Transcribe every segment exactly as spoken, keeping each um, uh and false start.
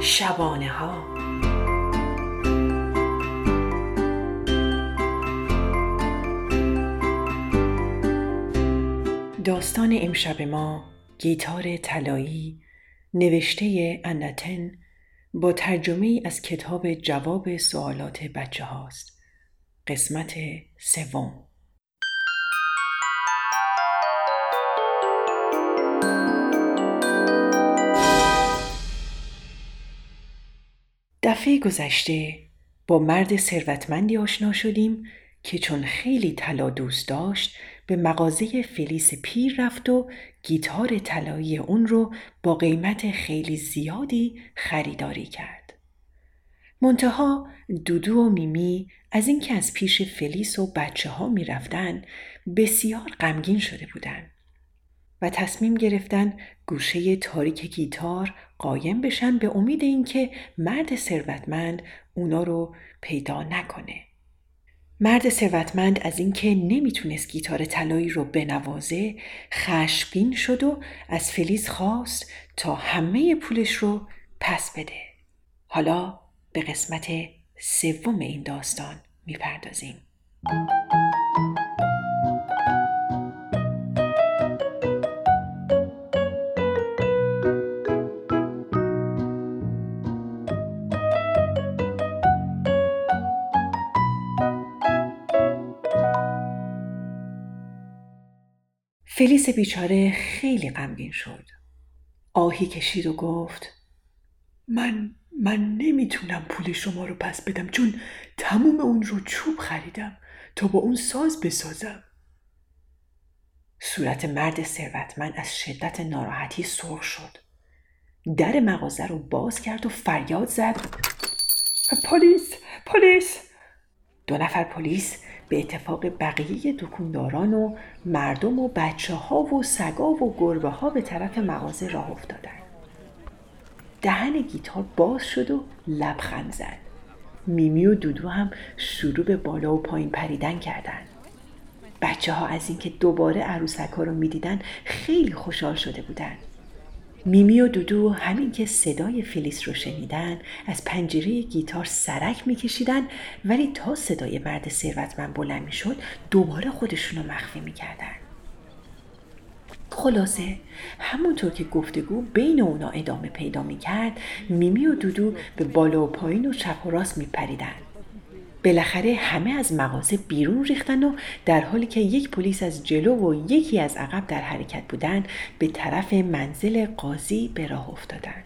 شبانه ها. داستان امشب ما گیتار طلایی نوشته آناتن با ترجمه از کتاب جواب سوالات بچه هاست. قسمت سوم. دفعه گذشته با مرد ثروتمندی آشنا شدیم که چون خیلی طلا دوست داشت به مغازه فلیس پیر رفت و گیتار طلایی اون رو با قیمت خیلی زیادی خریداری کرد. منتها دودو و میمی از اینکه از پیش فلیس و بچه ها می رفتن بسیار غمگین شده بودن و تصمیم گرفتن گوشه تاریک گیتار قایم بشن به امید اینکه مرد ثروتمند اونا رو پیدا نکنه. مرد ثروتمند از اینکه نمیتونست گیتار طلایی رو بنوازه خشمگین شد و از فلیس خواست تا همه پولش رو پس بده. حالا به قسمت سوم این داستان میپردازیم. فلیس بیچاره خیلی غمگین شد. آهی کشید و گفت من من نمیتونم پول شما رو پس بدم چون تموم اون رو چوب خریدم تا با اون ساز بسازم. صورت مرد ثروتمند از شدت ناراحتی سرخ شد. در مغازه رو باز کرد و فریاد زد پلیس پلیس. دو نفر پلیس به اتفاق بقیه دکانداران و مردم و بچه ها و سگا و گربه ها به طرف مغازه راه افتادن. دهن گیتار باز شد و لبخند زد. میمی و دودو هم شروع به بالا و پایین پریدن کردن. بچه ها از اینکه دوباره عروسک ها رو می دیدن خیلی خوشحال شده بودن. میمی و دودو همین که صدای فلیس رو شنیدن از پنجره گیتار سرک می کشیدن، ولی تا صدای مرد ثروتمند بلند می شد دوباره خودشون رو مخفی می کردن. خلاصه همونطور که گفتگو بین اونا ادامه پیدا می کرد میمی و دودو به بالا و پایین و چپ و راست می پریدن. بالاخره همه از مغازه بیرون ریختن و در حالی که یک پلیس از جلو و یکی از عقب در حرکت بودن به طرف منزل قاضی به راه افتادن.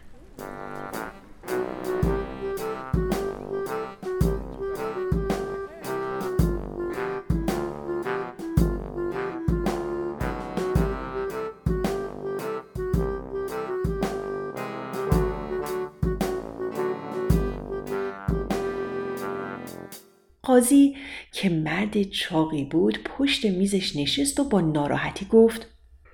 قاضی که مرد چاقی بود پشت میزش نشست و با ناراحتی گفت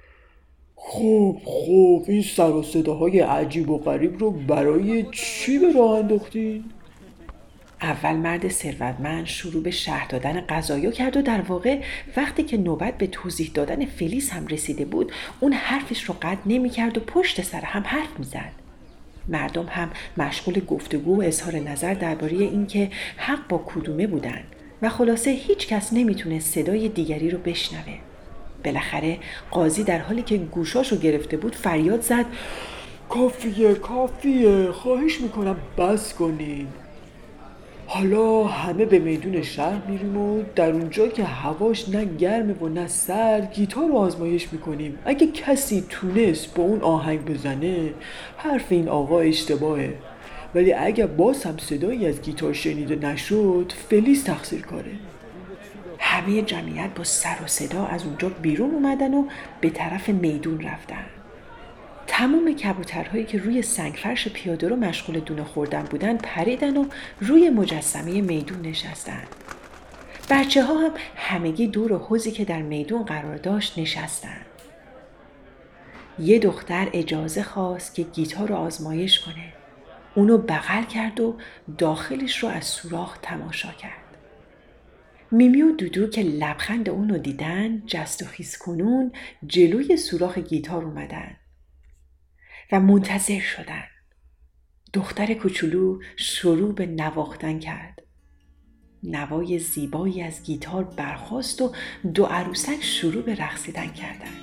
خب خب این سر و صداهای عجیب و غریب رو برای چی به راه انداختین؟ اول مرد ثروتمند شروع به شرح دادن قضایا کرد و در واقع وقتی که نوبت به توضیح دادن فلیس هم رسیده بود اون حرفش رو قطع نمی کرد و پشت سر هم حرف می زد. مردم هم مشغول گفتگو و اظهار نظر درباره اینکه حق با کدومه بودن و خلاصه هیچ کس نمیتونه صدای دیگری رو بشنوه. بالاخره قاضی در حالی که گوشاشو گرفته بود فریاد زد کافیه کافیه خواهش میکنم بس کنین. حالا همه به میدون شهر میریم و در اونجا که هواش نه گرمه و نه سرد گیتار رو آزمایش میکنیم. اگه کسی تونست با اون آهنگ بزنه حرف این آقا اشتباهه، ولی اگه باز هم صدایی از گیتار شنیده نشد فلیس تقصیر کاره. همه جمعیت با سر و صدا از اونجا بیرون اومدن و به طرف میدون رفتن. تمام کبوترهایی که روی سنگفرش پیاده رو مشغول دونه خوردن بودن پریدن و روی مجسمه میدون نشستن. بچه ها هم همگی دور حوضی که در میدون قرار داشت نشستن. یه دختر اجازه خواست که گیتار رو آزمایش کنه. اونو بغل کرد و داخلش رو از سوراخ تماشا کرد. میمی و دودو که لبخند اونو دیدن جست و خیز کنون جلوی سوراخ گیتار اومدن و منتظر شدن. دختر کوچولو شروع به نواختن کرد. نوای زیبایی از گیتار برخاست و دو عروسک شروع به رقصیدن کردند.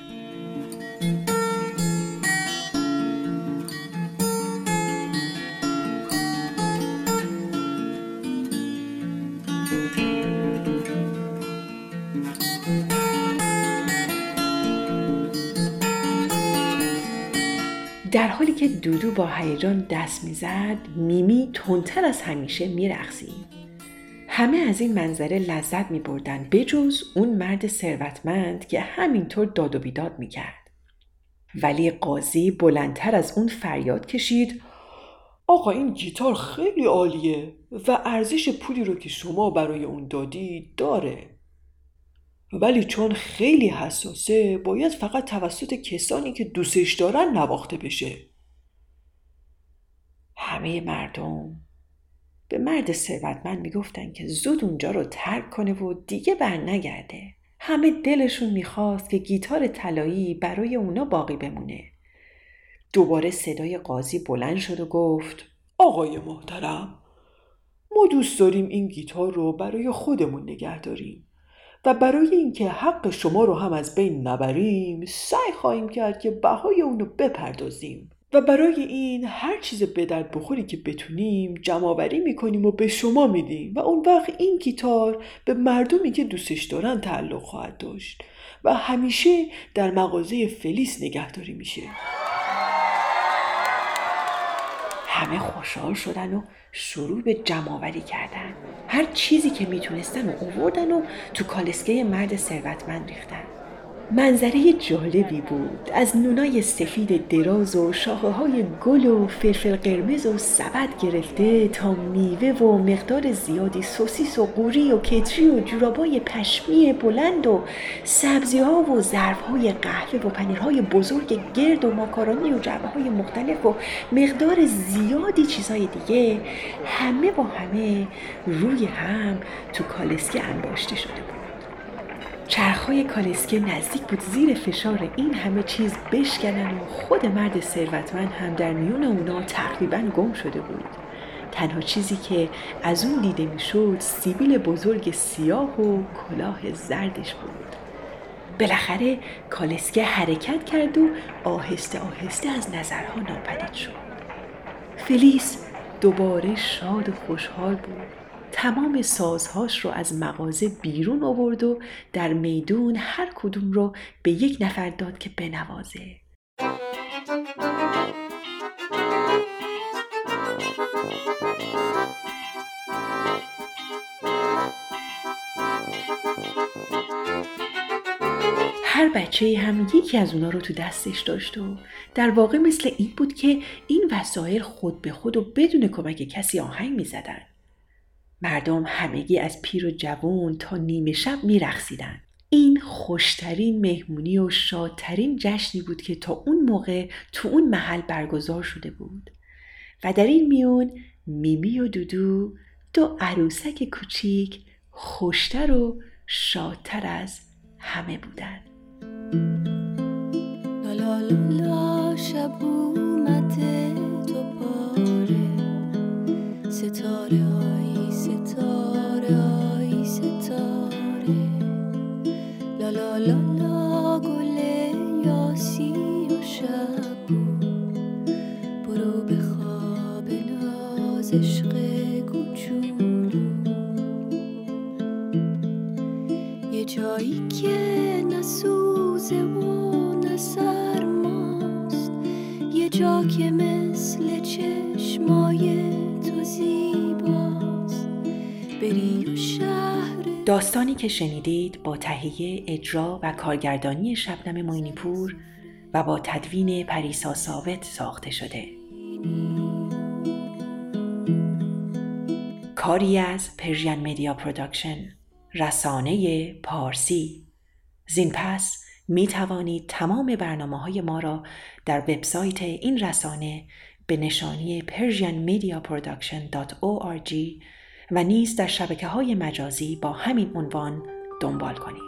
در حالی که دودو با هیجان دست میزد، میمی تندتر از همیشه میرقصید. همه از این منظره لذت میبردند بجز اون مرد ثروتمند که همینطور داد و بیداد میکرد. ولی قاضی بلندتر از اون فریاد کشید: آقا این گیتار خیلی عالیه و ارزش پولی رو که شما برای اون دادی داره، ولی چون خیلی حساسه باید فقط توسط کسانی که دوستش دارن نواخته بشه. همه مردم به مرد ثروتمند میگفتن که زود اونجا رو ترک کنه و دیگه بر نگرده. همه دلشون میخواست که گیتار طلایی برای اونا باقی بمونه. دوباره صدای قاضی بلند شد و گفت: آقای محترم، ما دوست داریم این گیتار رو برای خودمون نگه داریم و برای اینکه حق شما رو هم از بین نبریم سعی خواهیم کرد که بهای اون رو بپردازیم و برای این هر چیز به درد بخوری که بتونیم جمع‌آوری میکنیم و به شما میدیم و اون وقت این گیتار به مردمی که دوستش دارن تعلق خواهد داشت و همیشه در مغازه فلیس نگهداری میشه. همه خوشحال شدن و شروع به جمع‌آوری کردن. هر چیزی که میتونستن رو آوردن و تو کالسکه مرد ثروتمند ریختن. منظره جالبی بود. از نونای سفید دراز و شاخه های گل و فلفل قرمز و سبد گرفته تا میوه و مقدار زیادی سوسیس و قوری و کتری و جورابای پشمی بلند و سبزی ها و ظرف های قهوه و پنیرهای بزرگ گرد و ماکارونی و جعبه های مختلف و مقدار زیادی چیزهای دیگه، همه با همه روی هم تو کالسکه انباشته شده بود. چرخهای کالسکه نزدیک بود زیر فشار این همه چیز بشکنن و خود مرد ثروتمند هم در میون اونا تقریباً گم شده بود. تنها چیزی که از اون دیده میشد سیبیل بزرگ سیاه و کلاه زردش بود. بالاخره کالسکه حرکت کرد و آهسته آهسته از نظرها ناپدید شد. فلیس دوباره شاد و خوشحال بود. تمام سازهاش رو از مغازه بیرون آورد و در میدون هر کدوم رو به یک نفر داد که بنوازه. هر بچه هم یکی از اونا رو تو دستش داشت و در واقع مثل این بود که این وسایل خود به خود و بدون کمک کسی آهنگ می زدن. مردم همگی از پیر و جوان تا نیمه شب می رقصیدن. این خوشترین مهمونی و شادترین جشنی بود که تا اون موقع تو اون محل برگزار شده بود. و در این میون میمی و دودو، دو عروسک کوچیک، خوشتر و شادتر از همه بودن. لا لا لا شب اومده دوباره، ستاره های ستاره های ستاره، لا لا لا لا گل یاسی و شب برو به خواب ناز عشق کوچولو، یه جایی که نسوزه و نسرماست، یه جا که مثل چشمای تو زیباست، بری و شهر. داستانی که شنیدید با تهیه، اجرا و کارگردانی شبنم معینی‌پور و با تدوین پریسا ثابت ساخته شده. کاری از پرژین مدیا پروداکشن، رسانه پارسی. زین پس می توانید تمام برنامه‌های ما را در وبسایت این رسانه به نشانی پرژین مدیا پروداکشن دات او آر جی و نیز در شبکه‌های مجازی با همین عنوان دنبال کنید.